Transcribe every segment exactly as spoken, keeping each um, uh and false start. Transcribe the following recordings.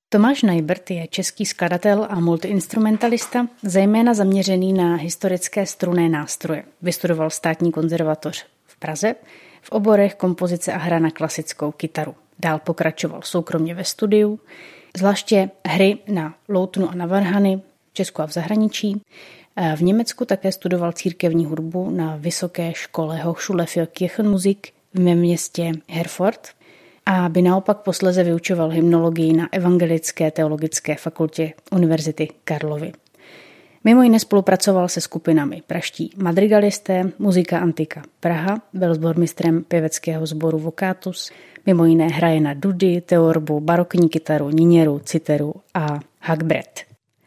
Tomáš Najbrt je český skladatel a multiinstrumentalista, zejména zaměřený na historické strunné nástroje. Vystudoval Státní konzervatoř v Praze v oborech kompozice a hra na klasickou kytaru. Dál pokračoval soukromně ve studiu, zvláště hry na loutnu a na varhany v Česku a v zahraničí. V Německu také studoval církevní hudbu na vysoké škole Hochschule für Kirchenmusik v mém městě Herford, a aby naopak posléze vyučoval hymnologii na Evangelické teologické fakultě Univerzity Karlovy. Mimo jiné spolupracoval se skupinami praští madrigalisté, Muzika Antika Praha, byl sbormistrem pěveckého sboru Vocatus, mimo jiné hraje na dudy, teorbu, barokní kytaru, niněru, citeru a hagbret.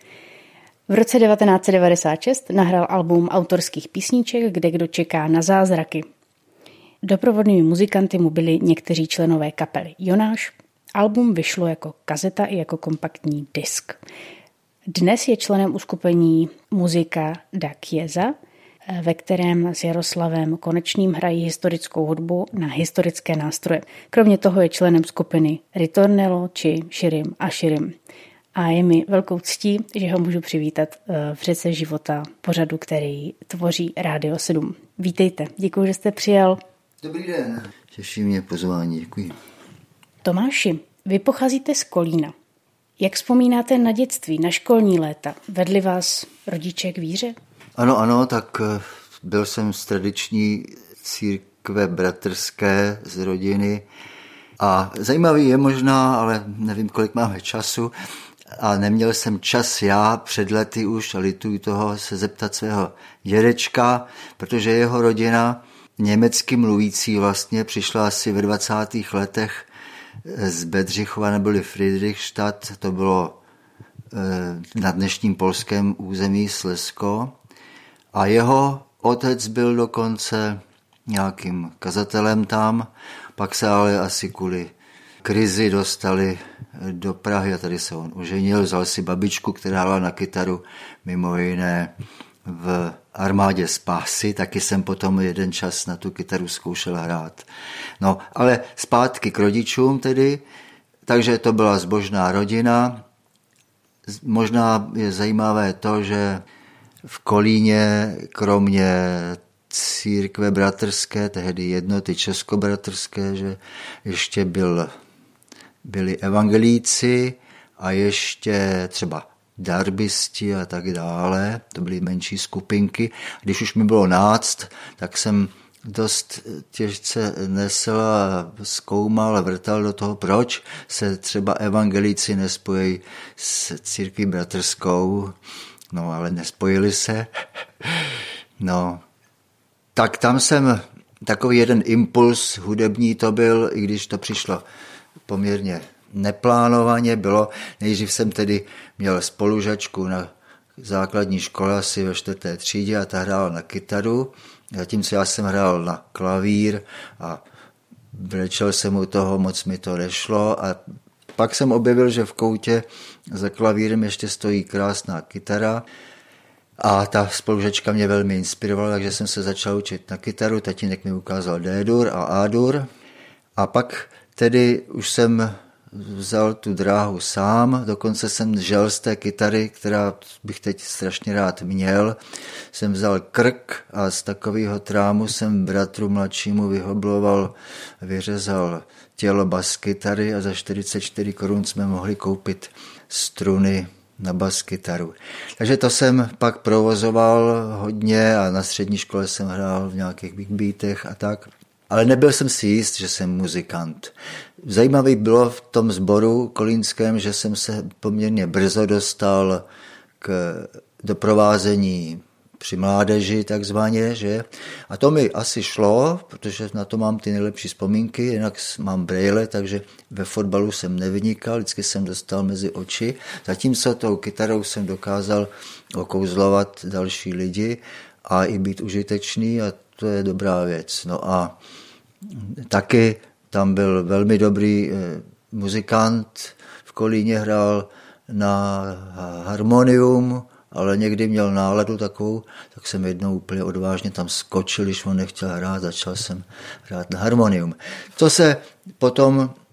V roce devatenáct set devadesát šest nahrál album autorských písniček Kde kdo čeká na zázraky. Doprovodnými muzikanty mu byli někteří členové kapely Jonáš. Album vyšlo jako kazeta i jako kompaktní disk. Dnes je členem uskupení Muzika da Chiesa, ve kterém s Jaroslavem Konečným hrají historickou hudbu na historické nástroje. Kromě toho je členem skupiny Ritornello či Širim a Širim. A je mi velkou ctí, že ho můžu přivítat v Řece života, pořadu, který tvoří Rádio sedm. Vítejte, děkuji, že jste přijal. Dobrý den. Těší mě pozvání, děkuji. Tomáši, vy pocházíte z Kolína. Jak vzpomínáte na dětství, na školní léta? Vedli vás rodiče k víře? Ano, ano, tak byl jsem z tradiční církve bratrské z rodiny a zajímavý je možná, ale nevím, kolik máme času, a neměl jsem čas já před lety už, a lituji toho, se zeptat svého dědečka, protože jeho rodina německy mluvící vlastně přišla asi ve dvacátých letech z Bedřichova neboli Friedrichstadt, to bylo na dnešním polském území Slezsko, a jeho otec byl dokonce nějakým kazatelem tam, pak se ale asi kvůli krizi dostali do Prahy a tady se on oženil, vzal si babičku, která hrála na kytaru mimo jiné v armádě spásy, taky jsem potom jeden čas na tu kytaru zkoušel hrát. No, ale zpátky k rodičům tedy, takže to byla zbožná rodina. Možná je zajímavé to, že v Kolíně kromě církve bratrské, tehdy jednoty českobratrské, že ještě byl, byli evangelíci a ještě třeba darbisti a tak dále, to byly menší skupinky. Když už mi bylo náct, tak jsem dost těžce nesl a zkoumal a vrtal do toho, proč se třeba evangelíci nespojí s církví bratrskou, no ale nespojili se. No, tak tam jsem takový jeden impuls hudební to byl, i když to přišlo poměrně neplánovaně bylo. Nejdřív jsem tedy měl spolužačku na základní škole asi ve čtvrté třídě a ta hrála na kytaru, zatímco já jsem hrál na klavír a brečel jsem u toho, moc mi to nešlo, a pak jsem objevil, že v koutě za klavírem ještě stojí krásná kytara a ta spolužačka mě velmi inspirovala, takže jsem se začal učit na kytaru, tatínek mi ukázal D-dur a A-dur a pak tedy už jsem vzal tu dráhu sám, dokonce jsem žel z té kytary, která bych teď strašně rád měl. Jsem vzal krk a z takového trámu jsem bratru mladšímu vyhobloval, vyřezal tělo baskytary a za čtyřicet čtyři korun jsme mohli koupit struny na baskytaru. Takže to jsem pak provozoval hodně a na střední škole jsem hrál v nějakých big beatech a tak. Ale nebyl jsem si jist, že jsem muzikant. Zajímavý bylo v tom sboru kolínském, že jsem se poměrně brzo dostal k doprovázení při mládeži takzvaně, že? A to mi asi šlo, protože na to mám ty nejlepší vzpomínky, jinak mám brejle, takže ve fotbalu jsem nevynikal, vždycky jsem dostal mezi oči, zatímco tou kytarou jsem dokázal okouzlovat další lidi a i být užitečný, a to je dobrá věc. No a taky tam byl velmi dobrý muzikant, v Kolíně hrál na harmonium, ale někdy měl náladu takovou, tak jsem jednou úplně odvážně tam skočil, když on nechtěl hrát, začal jsem hrát na harmonium. To se potom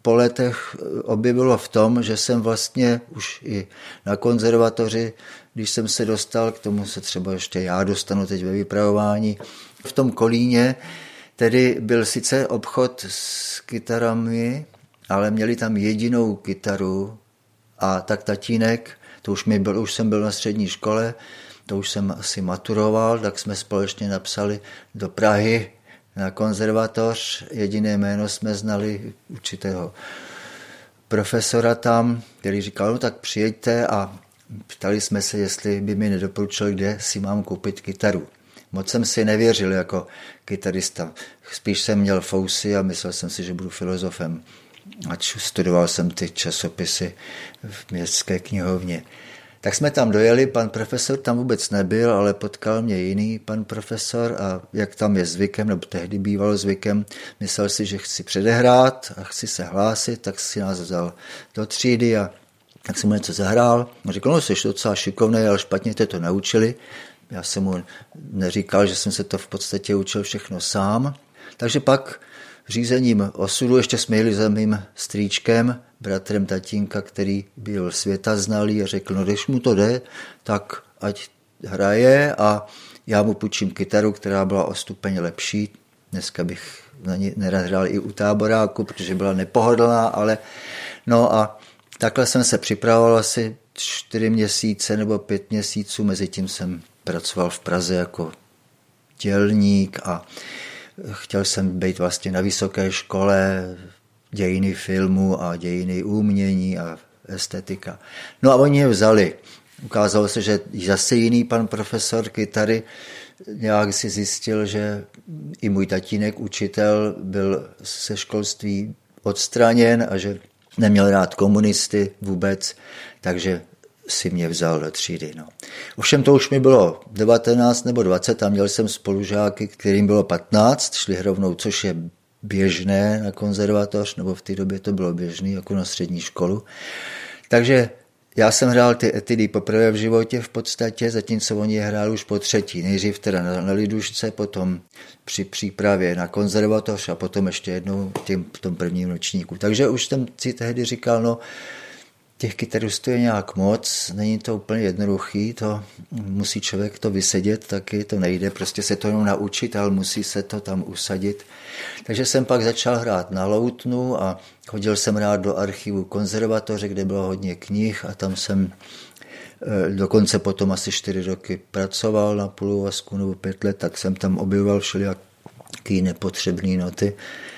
po letech objevilo v tom, že jsem vlastně už i na konzervatoři, když jsem se dostal, k tomu se třeba ještě já dostanu teď ve vypravování, v tom Kolíně tedy byl sice obchod s kytarami, ale měli tam jedinou kytaru a tak tatínek, to už, mi byl, už jsem byl na střední škole, to už jsem asi maturoval, tak jsme společně napsali do Prahy na konzervatoř. Jediné jméno jsme znali určitého profesora tam, který říkal, no tak přijeďte a ptali jsme se, jestli by mi nedoporučil, kde si mám koupit kytaru. Moc jsem si nevěřil jako kytarista. Spíš jsem měl fousy a myslel jsem si, že budu filozofem. Ač studoval jsem ty časopisy v městské knihovně. Tak jsme tam dojeli, pan profesor tam vůbec nebyl, ale potkal mě jiný pan profesor a jak tam je zvykem, nebo tehdy bývalo zvykem, myslel si, že chci předehrát a chci se hlásit, tak si nás vzal do třídy a tak jsem mu něco zahrál. A řekl, no jsi docela šikovný, ale špatně te to naučili. Já jsem mu neříkal, že jsem se to v podstatě učil všechno sám. Takže pak řízením osudu ještě jsme jeli za mým strýčkem, bratrem tatínka, který byl světaznalý a řekl, no když mu to jde, tak ať hraje a já mu půjčím kytaru, která byla o stupeň lepší. Dneska bych na ní nerad hrál i u táboráku, protože byla nepohodlná, ale no a takhle jsem se připravoval asi čtyři měsíce nebo pět měsíců, mezi tím jsem pracoval v Praze jako dělník a chtěl jsem být vlastně na vysoké škole dějiny filmu a dějiny umění a estetika. No a oni mě vzali. Ukázalo se, že zase jiný pan profesor kytary nějak si zjistil, že i můj tatínek, učitel, byl se školství odstraněn a že neměl rád komunisty vůbec, takže si mě vzal do třídy. No. Ovšem to už mi bylo devatenáct nebo dvacet a měl jsem spolužáky, kterým bylo patnáct, šli rovnou, což je běžné na konzervatoř, nebo v té době to bylo běžné, jako na střední školu. Takže já jsem hrál ty etidy poprvé v životě v podstatě, zatímco oni je hráli už po třetí. Nejdřív teda na, na lidušce, potom při přípravě na konzervatoř a potom ještě jednou tím, v tom prvním ročníku. Takže už jsem si tehdy říkal, no těch kytaristů je nějak moc, není to úplně jednoduchý, to musí člověk to vysedět taky, to nejde, prostě se to jenom naučit, ale musí se to tam usadit. Takže jsem pak začal hrát na loutnu a chodil jsem rád do archivu konzervatoře, kde bylo hodně knih a tam jsem dokonce potom asi čtyři roky pracoval na půlúvazku nebo pět let, tak jsem tam objevoval všelijaký nepotřebný noty.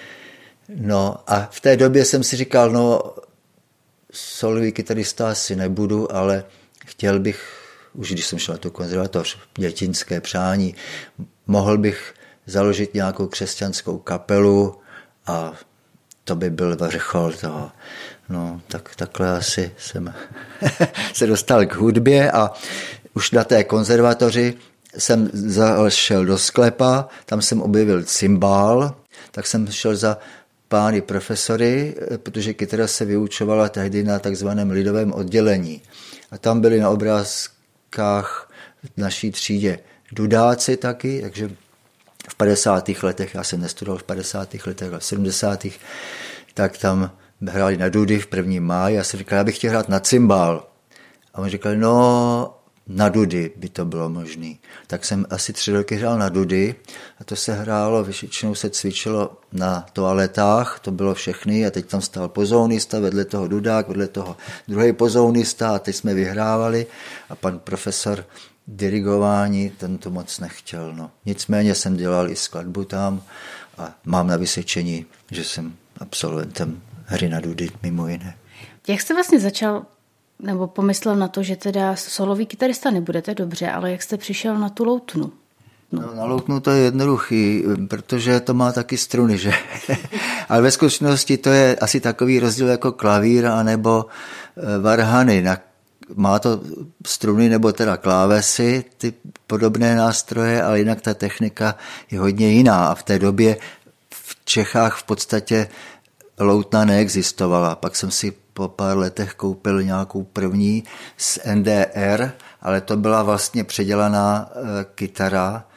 No a v té době jsem si říkal, no solový kytarista asi nebudu, ale chtěl bych, už když jsem šel na tu konzervatoř, dětinské přání, mohl bych založit nějakou křesťanskou kapelu a to by byl vrchol toho. No, tak takhle asi jsem se dostal k hudbě a už na té konzervatoři jsem zašel do sklepa, tam jsem objevil cymbál, tak jsem šel za pány profesory, protože kytara se vyučovala tehdy na takzvaném lidovém oddělení. A tam byli na obrázkách v naší třídě dudáci taky, takže v padesátých letech, já jsem nestudoval v padesátých letech, ale v sedmdesátých, tak tam hráli na dudy v prvním máji. Já jsem říkal, já bych chtěl hrát na cymbál. A oni říkali, no na dudy by to bylo možné. Tak jsem asi tři roky hrál na dudy a to se hrálo, většinou se cvičilo na toaletách, to bylo všechny a teď tam stál pozounista, vedle toho dudák, vedle toho druhý pozounista a teď jsme vyhrávali a pan profesor dirigování, ten to moc nechtěl. No. Nicméně jsem dělal i skladbu tam a mám na vysvědčení, že jsem absolventem hry na dudy mimo jiné. Jak jste vlastně začal nebo pomyslel na to, že teda solový kytarista nebudete, dobře, ale jak jste přišel na tu loutnu? No. No, na loutnu to je jednoduchý, protože to má taky struny, že? Ale ve skutečnosti to je asi takový rozdíl jako klavír anebo varhany. Má to struny nebo teda klávesy, ty podobné nástroje, ale jinak ta technika je hodně jiná. A v té době v Čechách v podstatě loutna neexistovala. Pak jsem si po pár letech koupil nějakou první z N D R, ale to byla vlastně předělaná e, kytara,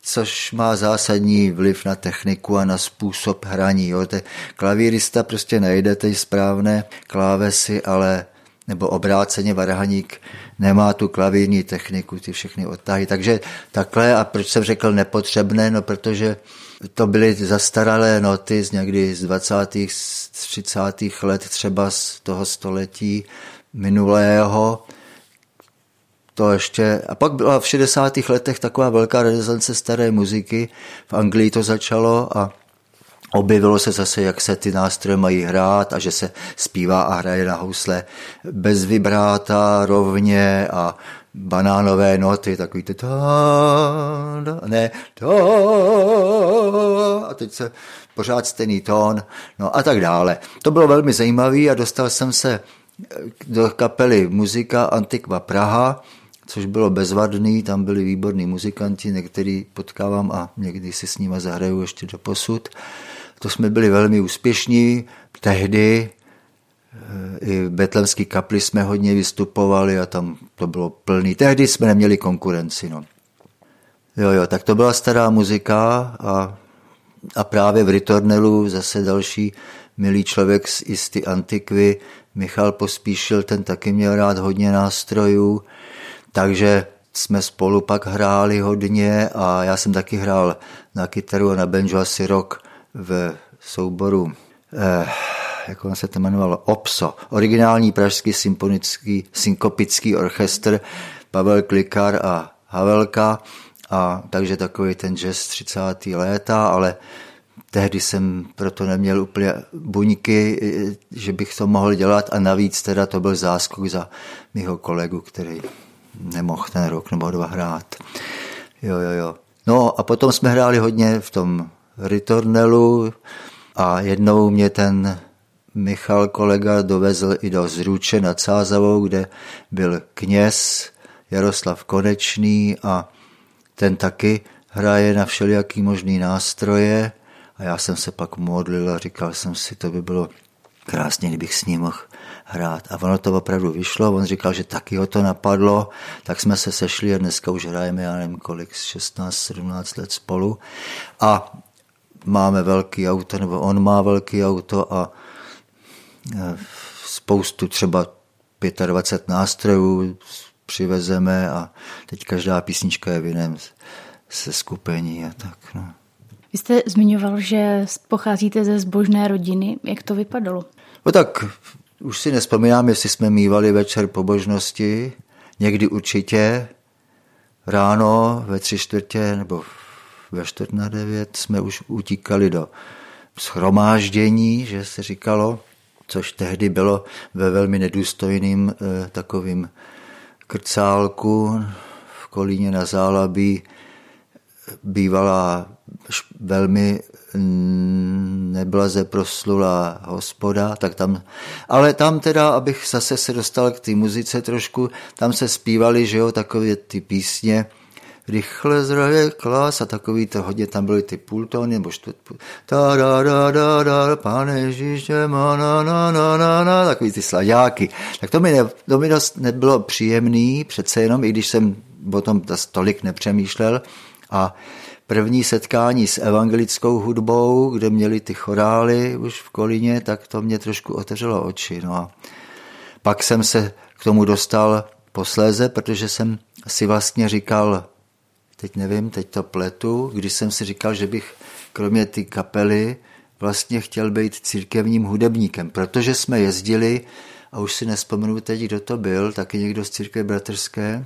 což má zásadní vliv na techniku a na způsob hraní. Jo. Klavírista prostě najde ty správné klávesy, ale nebo obráceně varhaník nemá tu klavírní techniku, ty všechny odtahy. Takže takhle, a proč jsem řekl nepotřebné, no protože to byly zastaralé noty z někdy z dvacátých třicátých let třeba z toho století minulého. To ještě, a pak byla v šedesátých letech taková velká renesance staré muziky, v Anglii to začalo a objevilo se zase, jak se ty nástroje mají hrát a že se zpívá a hraje na housle bez vibráta, rovně a banánové noty, takový ty ta, ne, ta, a teď se pořád stejný tón, no a tak dále. To bylo velmi zajímavý a dostal jsem se do kapely Muzika Antiqua Praha, což bylo bezvadný, tam byli výborní muzikanti, některý potkávám a někdy si s nimi zahraju ještě do posud. To jsme byli velmi úspěšní, tehdy i v Betlémské kapli jsme hodně vystupovali a tam to bylo plný. Tehdy jsme neměli konkurenci. No. Jo, jo, tak to byla stará muzika a, a právě v Ritornelu zase další milý člověk z Isty Antiquy, Michal Pospíšil, ten taky měl rád hodně nástrojů, takže jsme spolu pak hráli hodně a já jsem taky hrál na kytaru a na banjo asi rok v souboru, eh, jak on se to jmenovalo, O P S O, originální pražský symfonický synkopický orchestr, Pavel Klikar a Havelka, a takže takový ten jazz třicátá léta, ale tehdy jsem proto neměl úplně buňky, že bych to mohl dělat a navíc teda to byl záskok za mýho kolegu, který nemohl ten rok nebo dva hrát. Jo, jo, jo. No a potom jsme hráli hodně v tom Ritornelu a jednou mě ten Michal kolega dovezl i do Zruče nad Sázavou, kde byl kněz Jaroslav Konečný a ten taky hraje na všelijaký možný nástroje a já jsem se pak modlil a říkal jsem si, to by bylo krásně, kdybych s ním mohl hrát. A ono to opravdu vyšlo, on říkal, že taky ho to napadlo, tak jsme se sešli a dneska už hrajeme, já nevím kolik, šestnáct sedmnáct let spolu a máme velký auto, nebo on má velký auto a spoustu třeba dvacet pět nástrojů přivezeme a teď každá písnička je v jiném se skupení a tak. No. Vy jste zmiňoval, že pocházíte ze zbožné rodiny. Jak to vypadalo? No tak už si nespomínám, jestli jsme mívali večer pobožnosti. Někdy určitě ráno ve tři čtvrtě nebo ve čtvrt na devět jsme už utíkali do shromáždění, že se říkalo, což tehdy bylo ve velmi nedůstojným eh, takovým krcálku v Kolíně na Zálabí. Bývala velmi neblaze proslulá hospoda, tak tam, ale tam teda, abych zase se dostal k té muzice trošku, tam se zpívali, že jo, takové ty písně, rychle zdravě klas a takový to hodně, tam byly ty půltóny, nebo čtvrt, ta da da da da, Pane Ježíše, ma na na na na na, takový ty slaďáky. Tak to mi, ne, to mi dost nebylo příjemný, přece jenom, i když jsem o tom tolik nepřemýšlel. A první setkání s evangelickou hudbou, kde měli ty chorály už v Kolíně, tak to mě trošku otevřelo oči. No a pak jsem se k tomu dostal posléze, protože jsem si vlastně říkal, teď nevím, teď to pletu, když jsem si říkal, že bych kromě ty kapely vlastně chtěl být církevním hudebníkem, protože jsme jezdili, a už si nespomenu teď, kdo to byl, taky někdo z církve bratrské,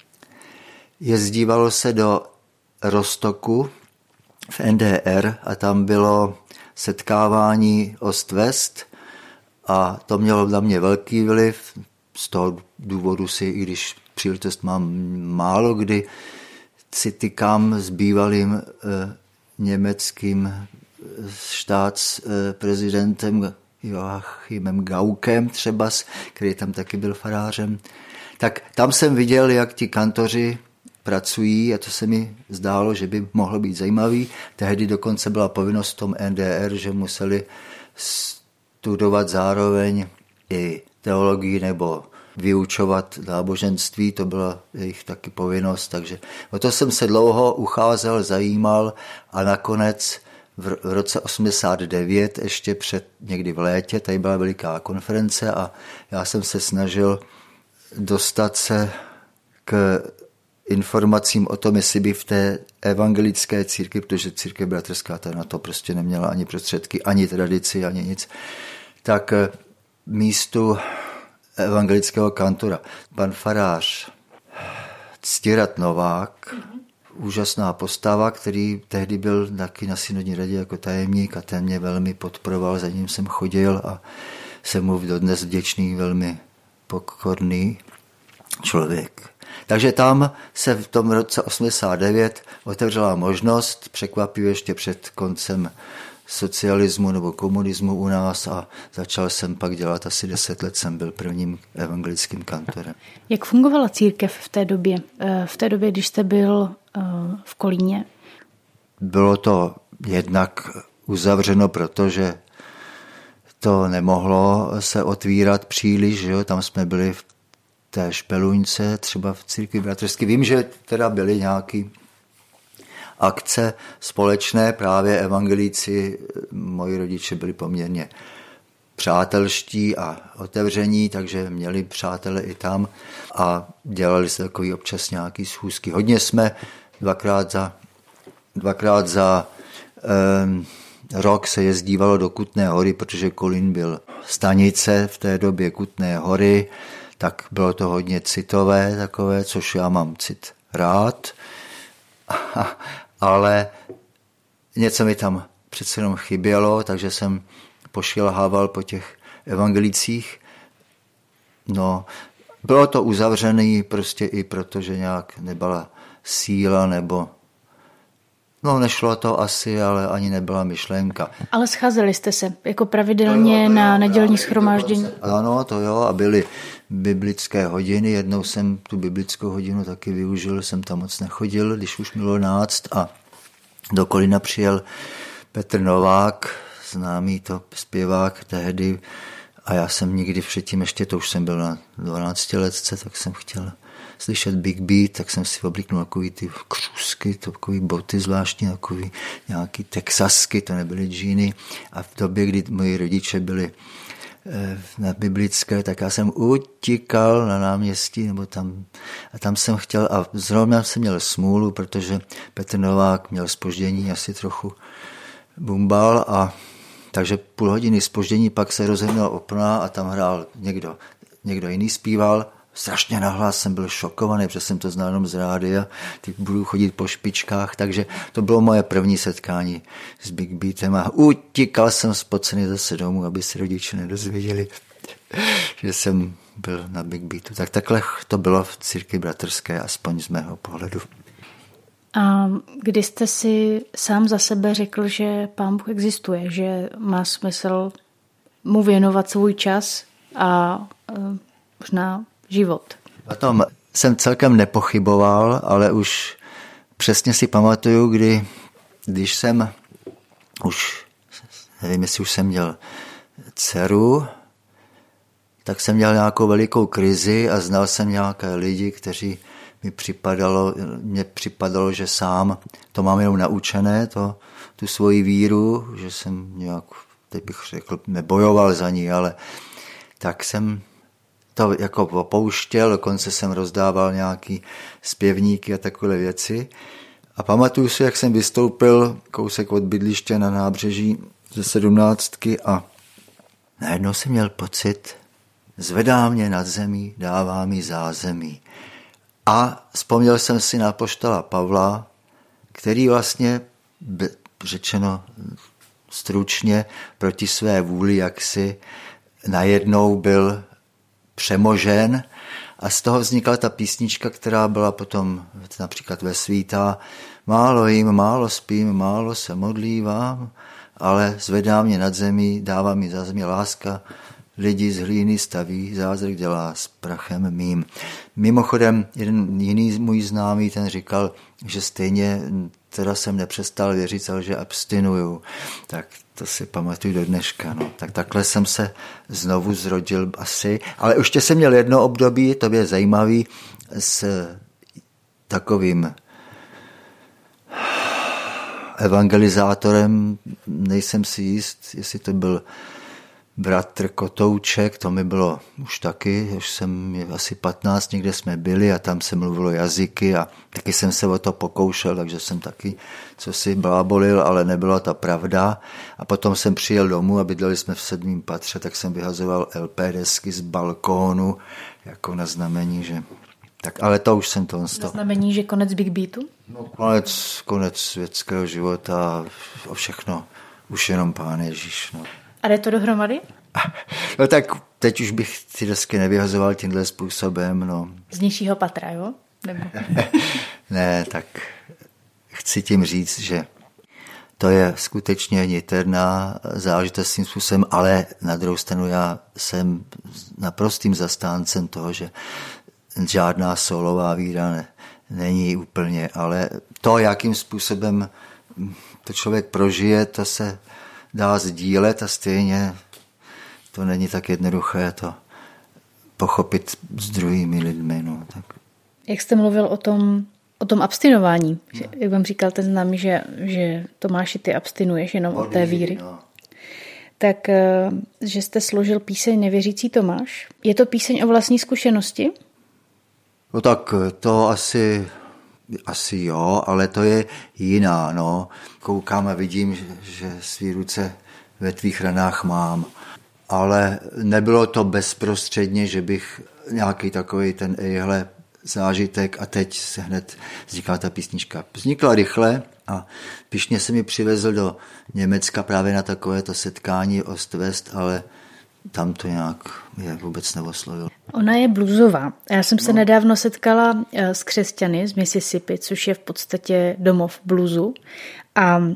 jezdívalo se do Rostoku v N D R a tam bylo setkávání Ost-West a to mělo na mě velký vliv. Z toho důvodu si, i když příležitost mám málo kdy, si tykám s bývalým eh, německým státprezidentem Joachimem Gaukem třeba, který tam taky byl farářem. Tak tam jsem viděl, jak ti kantoři pracují a to se mi zdálo, že by mohlo být zajímavý. Tehdy dokonce byla povinnost v tom N D R, že museli studovat zároveň i teologii nebo vyučovat náboženství, to byla jejich taky povinnost, takže o to jsem se dlouho ucházel, zajímal a nakonec v roce osmdesát devět, ještě před někdy v létě, tady byla veliká konference a já jsem se snažil dostat se k informacím o tom, jestli by v té evangelické církvi, protože církev bratrská ta na to prostě neměla ani prostředky, ani tradici, ani nic, tak místu evangelického kantora pan farář Ctirad Novák, mm-hmm. úžasná postava, který tehdy byl taky na synodní radě jako tajemník a ten mě velmi podporoval, za ním jsem chodil a jsem mu dodnes vděčný, velmi pokorný člověk. Takže tam se v tom roce osmdesát devět otevřela možnost, překvapivě ještě před koncem socialismu nebo komunismu u nás a začal jsem pak dělat, asi deset let jsem byl prvním evangelickým kantorem. Jak fungovala církev v té době? V té době, když jste byl v Kolíně? Bylo to jednak uzavřeno, protože to nemohlo se otvírat příliš, že jo? Tam jsme byli v té Špeluňce, třeba v církvi bratrské. Vím, že teda byly nějaký akce společné, právě evangelíci, moji rodiče byli poměrně přátelští a otevření, takže měli přátele i tam a dělali se takový občas nějaký schůzky. Hodně jsme dvakrát za, dvakrát za um, rok se jezdívalo do Kutné Hory, protože Kolín byl stanice v té době Kutné Hory, tak bylo to hodně citové takové, což já mám cit rád, ale něco mi tam přece jenom chybělo, takže jsem pošilhával po těch evangelicích. No, bylo to uzavřené prostě i proto, že nějak nebyla síla nebo no, nešlo to asi, ale ani nebyla myšlenka. Ale scházeli jste se jako pravidelně no, na nedělní shromáždění? Ano, to jo, a byly biblické hodiny. Jednou jsem tu biblickou hodinu taky využil, jsem tam moc nechodil, když už bylo náct a do Kolína přijel Petr Novák, známý to zpěvák tehdy a já jsem nikdy předtím, ještě to už jsem byl na dvanáctiletce, tak jsem chtěl slyšet Big Beat, tak jsem si oblíknul takový ty křůzky, takový boty zvláštní, takový nějaký texasky, to nebyly džíny. A v době, kdy moji rodiče byli na biblické, tak já jsem utíkal na náměstí, nebo tam, a tam jsem chtěl, a zrovna jsem měl smůlu, protože Petr Novák měl zpoždění, asi trochu bumbal, a takže půl hodiny zpoždění, pak se rozhrnul opona a tam hrál někdo, někdo jiný zpíval. Strašně nahlas jsem byl šokovaný, protože jsem to znal jenom z rádia, teď budu chodit po špičkách, takže to bylo moje první setkání s Big Beatem a utíkal jsem spocený zase domů, aby si rodiče nedozvěděli, že jsem byl na Big Beatu. Tak takhle to bylo v církvi bratrské, aspoň z mého pohledu. A kdy jste si sám za sebe řekl, že Pán Bůh existuje, že má smysl mu věnovat svůj čas a uh, možná život? O tom jsem celkem nepochyboval, ale už přesně si pamatuju, kdy, když jsem už, nevím, jestli už jsem měl dceru, tak jsem měl nějakou velikou krizi a znal jsem nějaké lidi, kteří mi připadalo, mně připadalo, že sám to mám jenom naučené, to, tu svoji víru, že jsem nějak, teď bych řekl, nebojoval za ní, ale tak jsem to jako opouštěl, dokonce jsem rozdával nějaký zpěvníky a takové věci. A pamatuju si, jak jsem vystoupil kousek od bydliště na nábřeží ze sedmnáctky a najednou jsem měl pocit, zvedá mě nad zemí, dává mi zázemí. A vzpomněl jsem si na apoštola Pavla, který vlastně, řečeno stručně, proti své vůli jaksi najednou byl přemožen a z toho vznikla ta písnička, která byla potom například ve svítá. Málo jim, málo spím, málo se modlívám, ale zvedá mě nad zemí, dává mi za zemi láska, lidi z hlíny staví, zázrak dělá s prachem mým. Mimochodem, jeden jiný můj známý, ten říkal, že stejně teda jsem nepřestal věřit, ale že abstinuju. Tak to si pamatuju do dneška. No. Tak takhle jsem se znovu zrodil asi. Ale ještě jsem měl jedno období, to je zajímavý, s takovým evangelizátorem, nejsem si jist, jestli to byl bratr Kotouček, to mi bylo už taky, už jsem asi patnáct, někde jsme byli a tam se mluvilo jazyky a taky jsem se o to pokoušel, takže jsem taky co si blábolil, ale nebyla ta pravda. A potom jsem přijel domů a bydleli jsme v sedmém patře, tak jsem vyhazoval el pé desky z balkónu, jako na znamení, že... Tak, ale to už jsem to... Na znamení, že konec Big Beatu? No, konec, konec světského života, o všechno, už jenom Pán Ježíš, no. A jde to dohromady? No tak teď už bych ty desky nevyhazoval tímhle způsobem, no. Z nižšího patra, jo? Nebo... Ne, tak chci tím říct, že to je skutečně niterná záležitost tím způsobem, ale na druhou stranu já jsem naprostým zastáncem toho, že žádná solová víra ne, není úplně, ale to, jakým způsobem to člověk prožije, to se dá sdílet a stejně to není tak jednoduché to pochopit s druhými lidmi. No, tak. Jak jste mluvil o tom, o tom abstinování, no. Že, jak vám říkal ten známý, že, že Tomáši, ty abstinuješ jenom od té víry, no. Tak, že jste složil píseň Nevěřící Tomáš. Je to píseň o vlastní zkušenosti? No tak to asi, asi jo, ale to je jiná. No. Koukám a vidím, že, že svý ruce ve tvých ranách mám. Ale nebylo to bezprostředně, že bych nějaký takový ten ejhle zážitek a teď se hned vznikla ta písnička. Vznikla rychle a pyšně se mi přivezl do Německa právě na takovéto setkání Ost-West, ale tam to nějak je vůbec neoslovilo. Ona je bluesová. Já jsem se no. nedávno setkala s křesťany z Mississippi, což je v podstatě domov bluesu. A, a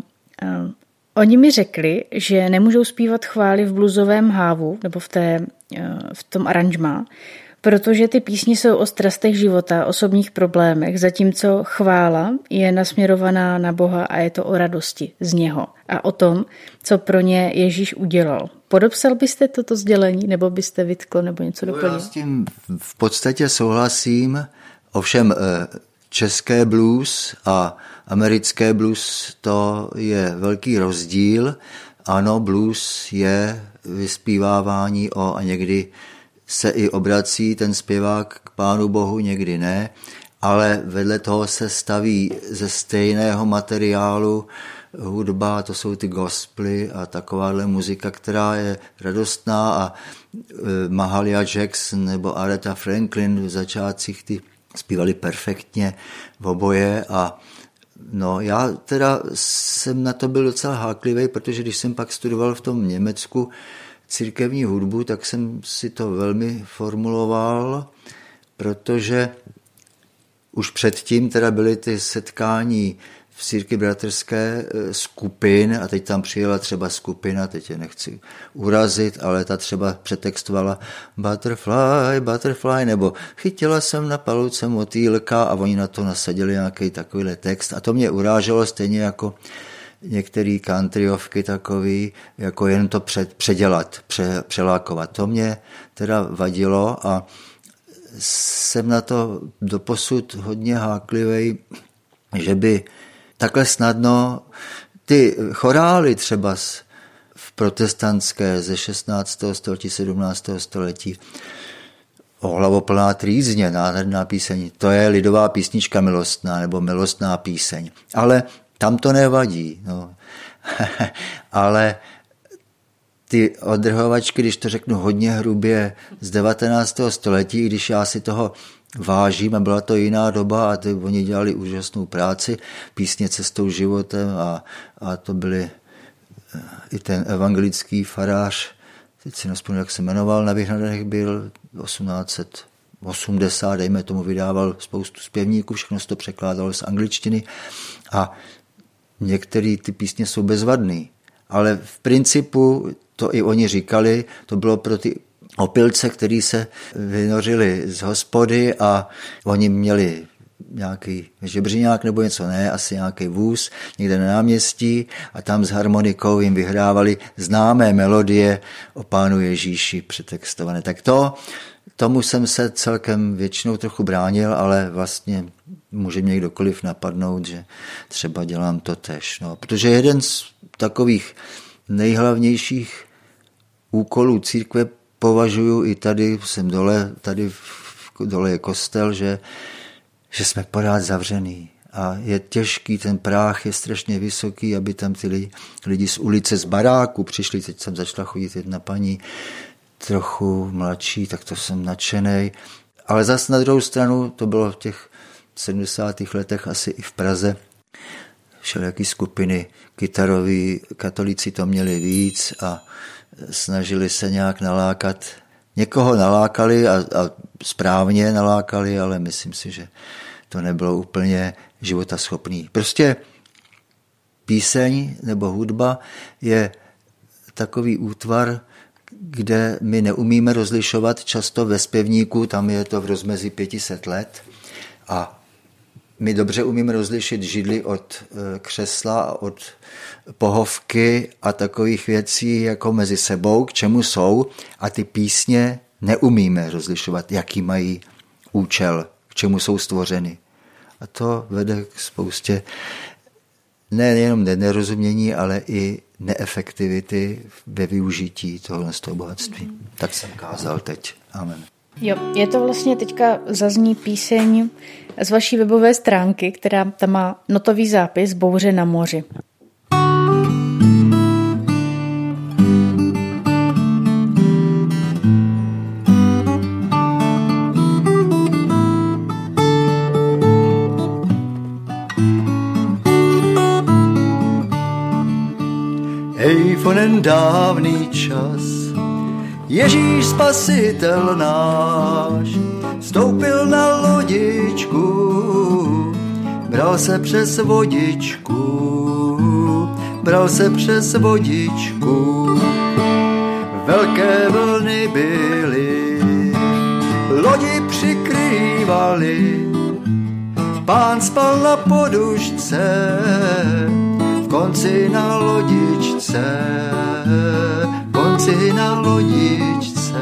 oni mi řekli, že nemůžou zpívat chvály v bluesovém hávu, nebo v, té, v tom aranžmá, protože ty písně jsou o strastech života, osobních problémech, zatímco chvála je nasměrovaná na Boha a je to o radosti z něho a o tom, co pro ně Ježíš udělal. Podepsal byste toto sdělení, nebo byste vytkl, nebo něco doplnil? Já s tím v podstatě souhlasím, ovšem české blues a americké blues, to je velký rozdíl. Ano, blues je vyspívávání o a někdy se i obrací ten zpěvák k Pánu Bohu, někdy ne, ale vedle toho se staví ze stejného materiálu hudba, to jsou ty gospely a takováhle muzika, která je radostná a Mahalia Jackson nebo Aretha Franklin v začátcích ty zpívali perfektně v oboje a no já teda jsem na to byl docela háklivý, protože když jsem pak studoval v tom Německu církevní hudbu, tak jsem si to velmi formuloval, protože už předtím teda byly ty setkání v církvi bratrské skupin a teď tam přijela třeba skupina, teď je nechci urazit, ale ta třeba přetextovala butterfly, butterfly, nebo chytila jsem na paluce motýlka a oni na to nasadili nějaký takovýhle text a to mě uráželo stejně jako některé countryovky takový, jako jen to před, předělat, pře, přelákovat. To mě teda vadilo a jsem na to doposud hodně háklivý, že by takhle snadno ty chorály třeba v protestantské ze šestnáctého století, sedmnáctého století, Ohlavoplná trýzně, nádherná píseň, to je lidová písnička milostná nebo milostná píseň. Ale tam to nevadí. No. Ale ty odrhovačky, když to řeknu hodně hrubě, z devatenáctého století, když já si toho vážím a byla to jiná doba a ty, oni dělali úžasnou práci, písně Cestou životem a, a to byly i ten evangelický farář, teď si nespomínám, jak se jmenoval, na Vyhnaných byl osmnáct set osmdesát, dejme tomu, vydával spoustu zpěvníků, všechno se to překládalo z angličtiny a některé ty písně jsou bezvadné, ale v principu to i oni říkali, to bylo pro ty opilce, kteří se vynořili z hospody a oni měli nějaký žebříňák nebo něco, ne, asi nějaký vůz někde na náměstí a tam s harmonikou jim vyhrávali známé melodie o Pánu Ježíši přetextované. Tak to, tomu jsem se celkem většinou trochu bránil, ale vlastně může mě kdokoliv napadnout, že třeba dělám to tež. No, protože jeden z takových nejhlavnějších úkolů církve považuji i tady, jsem dole, tady dole je kostel, že že jsme pořád zavřený a je těžký, ten práh je strašně vysoký, aby tam ty lidi, lidi z ulice, z baráku přišli, teď jsem začala chodit jedna paní trochu mladší, tak to jsem nadšenej, ale zas na druhou stranu, to bylo v těch sedmdesátých letech asi i v Praze, všelijaký skupiny kytaroví, katolíci to měli víc a snažili se nějak nalákat, někoho nalákali a, a správně nalákali, ale myslím si, že to nebylo úplně životaschopný. Prostě píseň nebo hudba je takový útvar, kde my neumíme rozlišovat často ve zpěvníku, tam je to v rozmezí pět set let a my dobře umíme rozlišit židli od křesla a od pohovky a takových věcí jako mezi sebou, k čemu jsou a ty písně neumíme rozlišovat, jaký mají účel, k čemu jsou stvořeny. A to vede k spoustě nejenom nerozumění, ale i neefektivity ve využití tohohle z toho bohatství. Tak jsem kázal teď. Amen. Jo, je to vlastně teďka zazní píseň z vaší webové stránky, která tam má notový zápis Bouře na moři. Hej, onen dávný čas, Ježíš spasitel náš, stoupil na lodičku, bral se přes vodičku, bral se přes vodičku. Velké vlny byly, lodi přikrývaly, pán spal na podušce, v konci na lodičce, v konci na lodičce,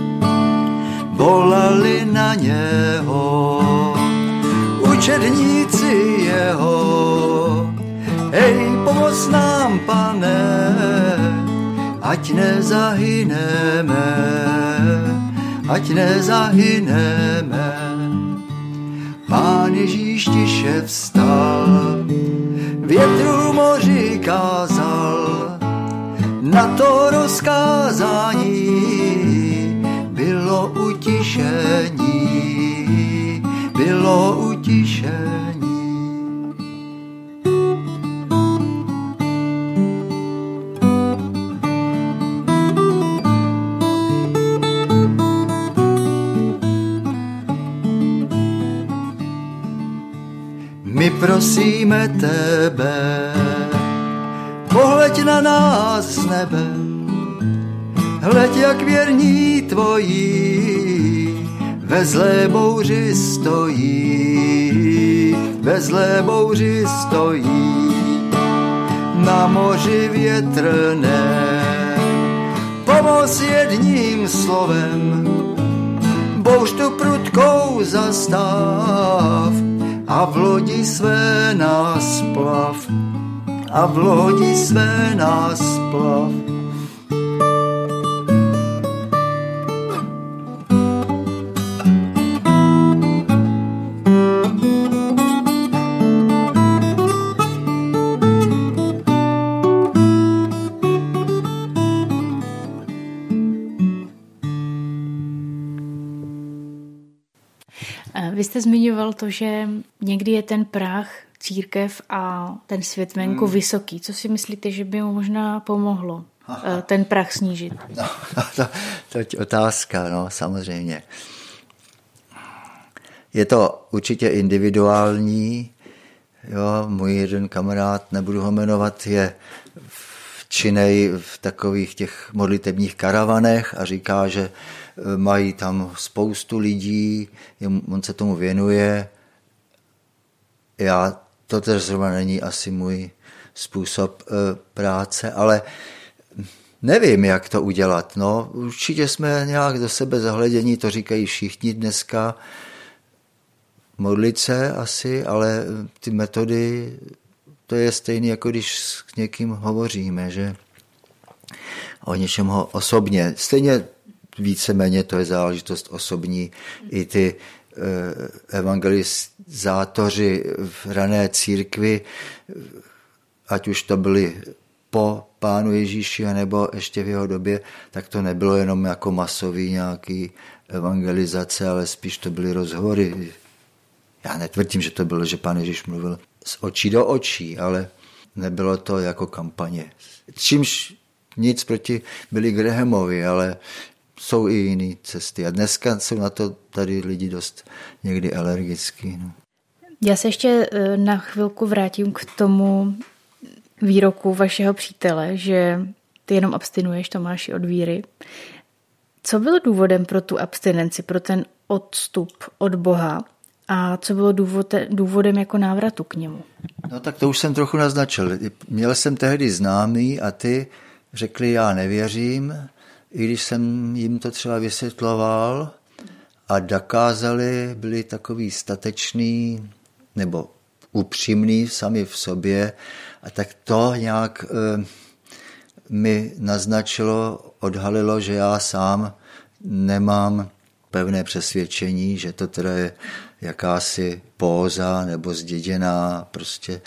volali na něho, učedníci jeho, hej, pomoz nám, pane, ať nezahyneme, ať nezahyneme. Pán Ježíš tiše vstal, větru moři kázal, na to rozkázání bylo utišení, bylo utišení. My prosíme tebe, pohleď na nás z nebe, hleď, jak věrní tvojí ve zlé bouři stojí, ve zlé bouři stojí, na moři větrné. Pomoz jedním slovem, bouř tu prudkou zastav, a v lodi své nás plav, a v lodi své nás plav. Vy jste zmiňoval to, že někdy je ten práh, církev a ten svět venku hmm. vysoký. Co si myslíte, že by mu možná pomohlo Aha. ten prach snížit? No, to, to je otázka, no, samozřejmě. Je to určitě individuální. Jo, můj jeden kamarád, nebudu ho jmenovat, je v činej v takových těch modlitebních karavanech a říká, že mají tam spoustu lidí, on se tomu věnuje. Já, to też zrovna není asi můj způsob práce, ale nevím, jak to udělat. No, určitě jsme nějak do sebe zahledění, to říkají všichni dneska, modlit se asi, ale ty metody, to je stejné, jako když s někým hovoříme, že o něčem osobně. Stejně víceméně to je záležitost osobní. I ty evangelizátoři v rané církvi, ať už to byli po Pánu Ježíši, nebo ještě v jeho době, tak to nebylo jenom jako masový nějaký evangelizace, ale spíš to byly rozhovory. Já netvrdím, že to bylo, že Pán Ježíš mluvil z očí do očí, ale nebylo to jako kampaně. Čímž nic proti Billy Grahamovi, ale jsou i jiné cesty. A dneska jsou na to tady lidi dost někdy alergický. No. Já se ještě na chvilku vrátím k tomu výroku vašeho přítele, že ty jenom abstinuješ, Tomáši, od víry. Co bylo důvodem pro tu abstinenci, pro ten odstup od Boha a co bylo důvodem jako návratu k němu? No tak to už jsem trochu naznačil. Měl jsem tehdy známý a ty řekli, já nevěřím, i když jsem jim to třeba vysvětloval a dokázali, byli takový statečný nebo upřímný sami v sobě a tak to nějak e, mi naznačilo, odhalilo, že já sám nemám pevné přesvědčení, že to teda je jakási póza nebo zděděná prostě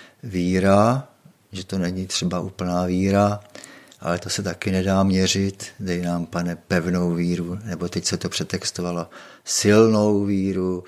víra, že to není třeba úplná víra, ale to se taky nedá měřit. Dej nám, Pane, pevnou víru, nebo teď se to přetextovalo, silnou víru,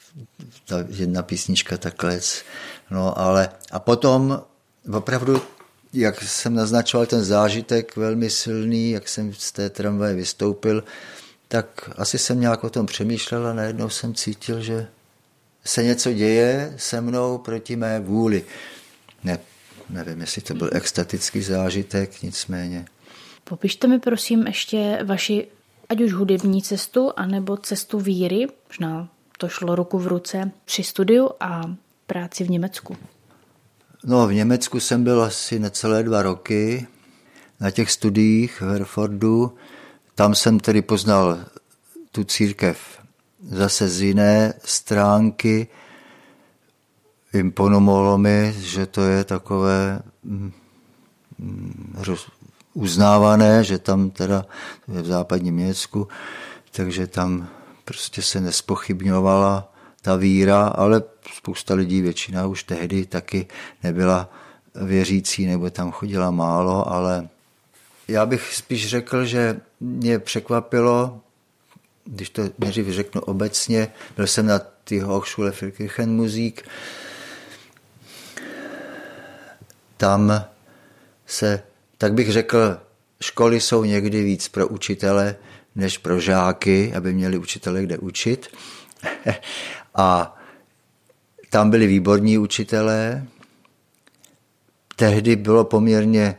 ta jedna písnička takhle. No, ale a potom opravdu, jak jsem naznačoval ten zážitek velmi silný, jak jsem z té tramvaje vystoupil, tak asi jsem nějak o tom přemýšlel a najednou jsem cítil, že se něco děje se mnou proti mé vůli. Ne, nevím, jestli to byl extatický zážitek, nicméně. Popište mi prosím ještě vaši, ať už hudební cestu, anebo cestu víry, možná to šlo ruku v ruce, při studiu a práci v Německu. No, v Německu jsem byl asi necelé dva roky na těch studiích v Herfordu. Tam jsem tedy poznal tu církev zase z jiné stránky. Imponovalo mi, že to je takové uznávané, že tam teda je v západním Německu, takže tam prostě se nespochybňovala ta víra, ale spousta lidí, většina už tehdy taky nebyla věřící nebo tam chodila málo, ale já bych spíš řekl, že mě překvapilo, když to nejdřív řeknu obecně, byl jsem na ty Hochschule für Kirchenmusik, tam se, tak bych řekl, školy jsou někdy víc pro učitele, než pro žáky, aby měli učitele kde učit. A tam byli výborní učitelé. Tehdy bylo poměrně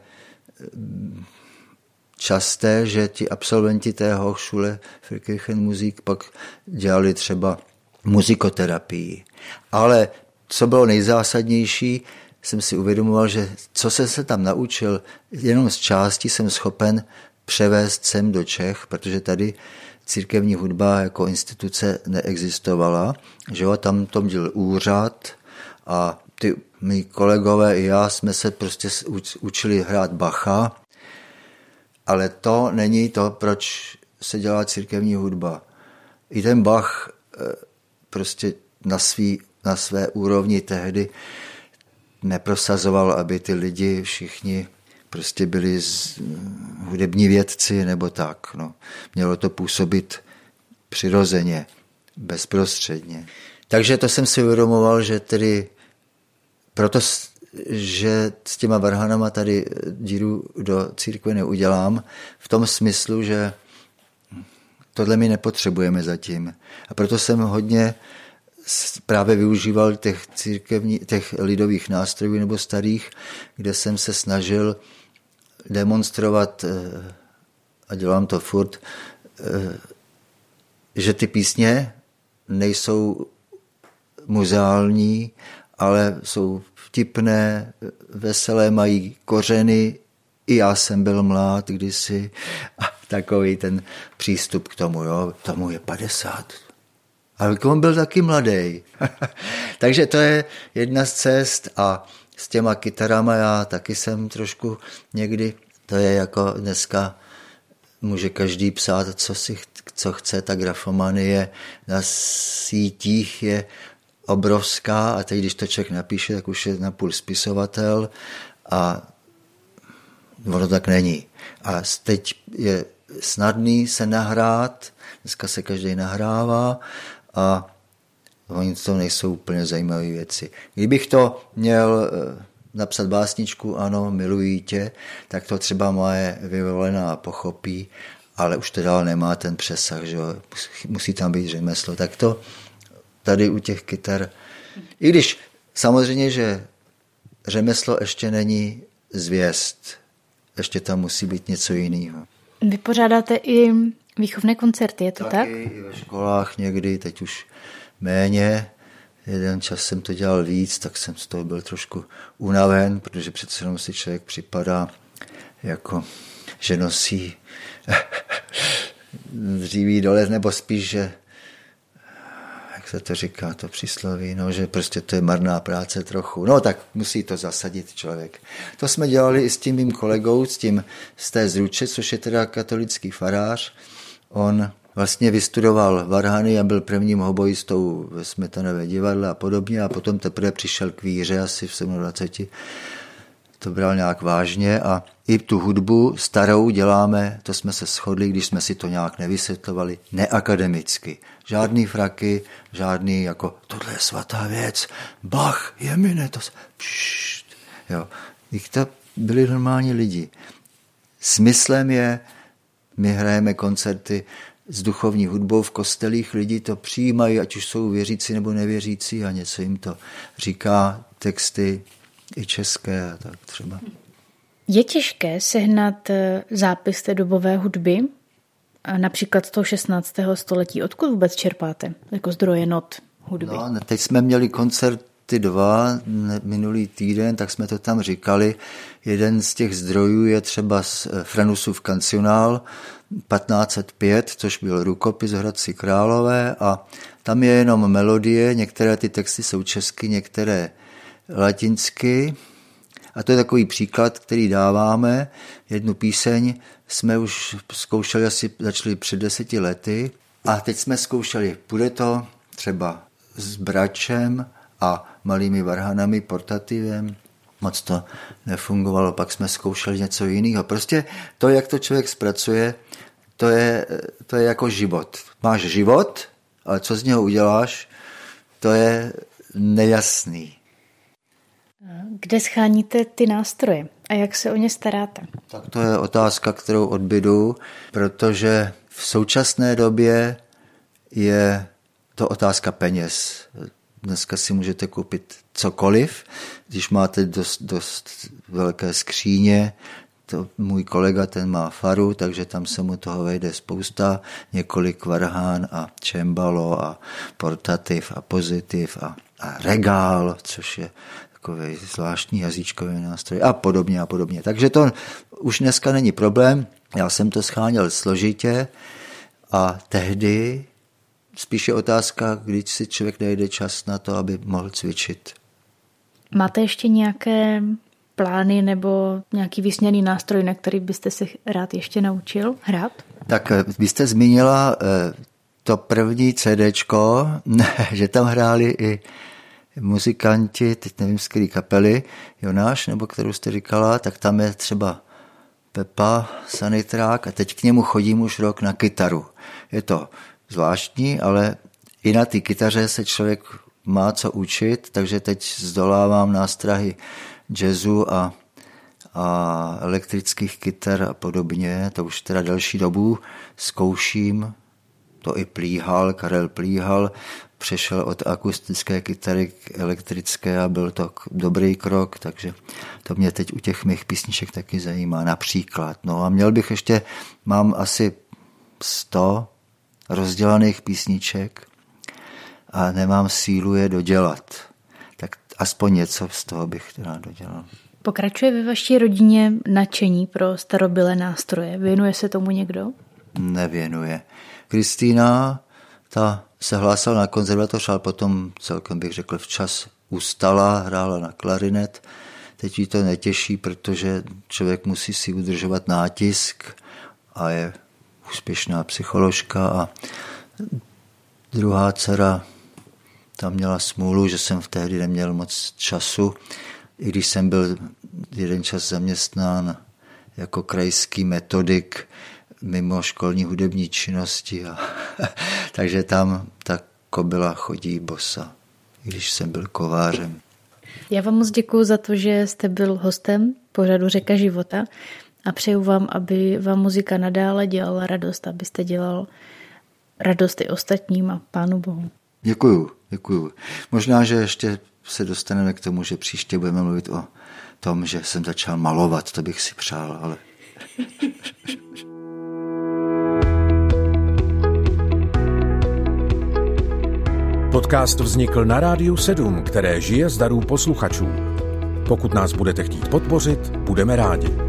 časté, že ti absolventi té Hochschule für Kirchenmusik pak dělali třeba muzikoterapii. Ale co bylo nejzásadnější, jsem si uvědomoval, že co jsem se tam naučil, jenom z části jsem schopen převést sem do Čech, protože tady církevní hudba jako instituce neexistovala, že jo, tam to byl úřad a ty mý kolegové i já jsme se prostě učili hrát Bacha, ale to není to, proč se dělá církevní hudba. I ten Bach prostě na, svý, na své úrovni tehdy neprosazoval, aby ty lidi všichni prostě byli z, hudební vědci nebo tak. No. Mělo to působit přirozeně, bezprostředně. Takže to jsem si uvědomoval, že tedy proto, že s těma varhanama tady díru do církve neudělám, v tom smyslu, že tohle my nepotřebujeme zatím. A proto jsem hodně právě využíval těch církevní, těch lidových nástrojů nebo starých, kde jsem se snažil demonstrovat, a dělám to furt, že ty písně nejsou muzeální, ale jsou vtipné, veselé, mají kořeny. I já jsem byl mlád kdysi a takový ten přístup k tomu, jo, tomu je padesát. Ale on byl taky mladý. Takže to je jedna z cest a s těma kytarama já taky jsem trošku někdy, to je jako dneska může každý psát, co si co chce, ta grafomanie na sítích je obrovská a teď, když to člověk napíše, tak už je napůl spisovatel a ono tak není. A teď je snadný se nahrát, dneska se každý nahrává a oni to nejsou úplně zajímavé věci. Kdybych to měl napsat básničku, ano, miluji tě, tak to třeba moje vyvolená pochopí, ale už to dál nemá ten přesah, že musí tam být řemeslo. Tak to tady u těch kytar, i když samozřejmě, že řemeslo ještě není zvěst, ještě tam musí být něco jiného. Vy pořádáte i výchovné koncerty, je to Taky tak? I ve školách někdy, teď už méně. Jeden čas jsem to dělal víc, tak jsem z toho byl trošku unaven, protože přece jenom si člověk připadá jako, že nosí dříví dole, nebo spíš, že jak se to říká, to přísloví, no, že prostě to je marná práce trochu. No tak musí to zasadit člověk. To jsme dělali i s tím mým kolegou, s tím z té Zruče, což je teda katolický farář. On vlastně vystudoval varhany a byl prvním hoboistou ve Smetanově divadle a podobně a potom teprve přišel k víře asi v dvaceti sedmi. To bral nějak vážně a i tu hudbu starou děláme, to jsme se shodli, když jsme si to nějak nevysvětlovali, neakademicky. Žádný fraky, žádný jako tohle je svatá věc, Bach, jemine, to pšt, jo. To byli normální lidi. Smyslem je, my hrajeme koncerty s duchovní hudbou v kostelích, lidi to přijímají, ať už jsou věřící nebo nevěřící a něco jim to říká, texty i české a tak třeba. Je těžké sehnat zápis té dobové hudby, například z toho šestnáctého století. Odkud vůbec čerpáte jako zdroje not hudby? No, teď jsme měli koncerty dva minulý týden, tak jsme to tam říkali. Jeden z těch zdrojů je třeba z Franusův kancionál patnáct set pět, což byl rukopis Hradci Králové a tam je jenom melodie, některé ty texty jsou česky, některé latinsky. A to je takový příklad, který dáváme. Jednu píseň jsme už zkoušeli, asi začali před deseti lety a teď jsme zkoušeli, půjde to třeba s bračem a malými varhanami, portativem. Moc to nefungovalo, pak jsme zkoušeli něco jiného. Prostě to, jak to člověk zpracuje, to je, to je jako život. Máš život, ale co z něho uděláš, to je nejasný. Kde scháníte ty nástroje a jak se o ně staráte? Tak to je otázka, kterou odbydu, protože v současné době je to otázka peněz. Dneska si můžete koupit cokoliv, když máte dost, dost velké skříně. To můj kolega, ten má faru, takže tam se mu toho vejde spousta, několik varhán a čembalo a portativ a pozitiv a, a regál, což je takový zvláštní jazyčkový nástroj a podobně a podobně. Takže to už dneska není problém. Já jsem to scháněl složitě a tehdy spíše otázka, když si člověk najde čas na to, aby mohl cvičit. Máte ještě nějaké plány nebo nějaký vysněný nástroj, na který byste se rád ještě naučil hrát? Tak vy jste zmínila to první CDčko, že tam hráli i muzikanti, teď nevím z který kapely, Jonáš, nebo kterou jste říkala, tak tam je třeba Pepa Sanitrák a teď k němu chodím už rok na kytaru. Je to zvláštní, ale i na té kytaře se člověk má co učit, takže teď zdolávám nástrahy jazzu a, a elektrických kytar a podobně. To už teda delší dobu zkouším. To i Plíhal, Karel Plíhal přešel od akustické kytary k elektrické a byl to dobrý krok, takže to mě teď u těch mých písniček taky zajímá například. No a měl bych ještě, mám asi sto rozdělaných písniček a nemám sílu je dodělat. Tak aspoň něco z toho bych teda dodělal. Pokračuje ve vaší rodině nadšení pro starobylé nástroje? Věnuje se tomu někdo? Nevěnuje. Kristýna, ta se hlásila na konzervatoř, ale potom celkem bych řekl včas ustala, hrála na klarinet. Teď jí to netěší, protože člověk musí si udržovat nátisk a je úspěšná psycholožka. A druhá dcera, tam měla smůlu, že jsem v tehdy neměl moc času, i když jsem byl jeden čas zaměstnán jako krajský metodik mimo školní hudební činnosti. A takže tam ta kobyla chodí bosa, i když jsem byl kovářem. Já vám moc děkuju za to, že jste byl hostem pořadu Řeka života a přeju vám, aby vám muzika nadále dělala radost, abyste dělal radost i ostatním a Pánu Bohu. Děkuju, děkuju. Možná, že ještě se dostaneme k tomu, že příště budeme mluvit o tom, že jsem začal malovat, to bych si přál, ale... Podcast vznikl na Rádiu sedm, které žije z darů posluchačů. Pokud nás budete chtít podpořit, budeme rádi.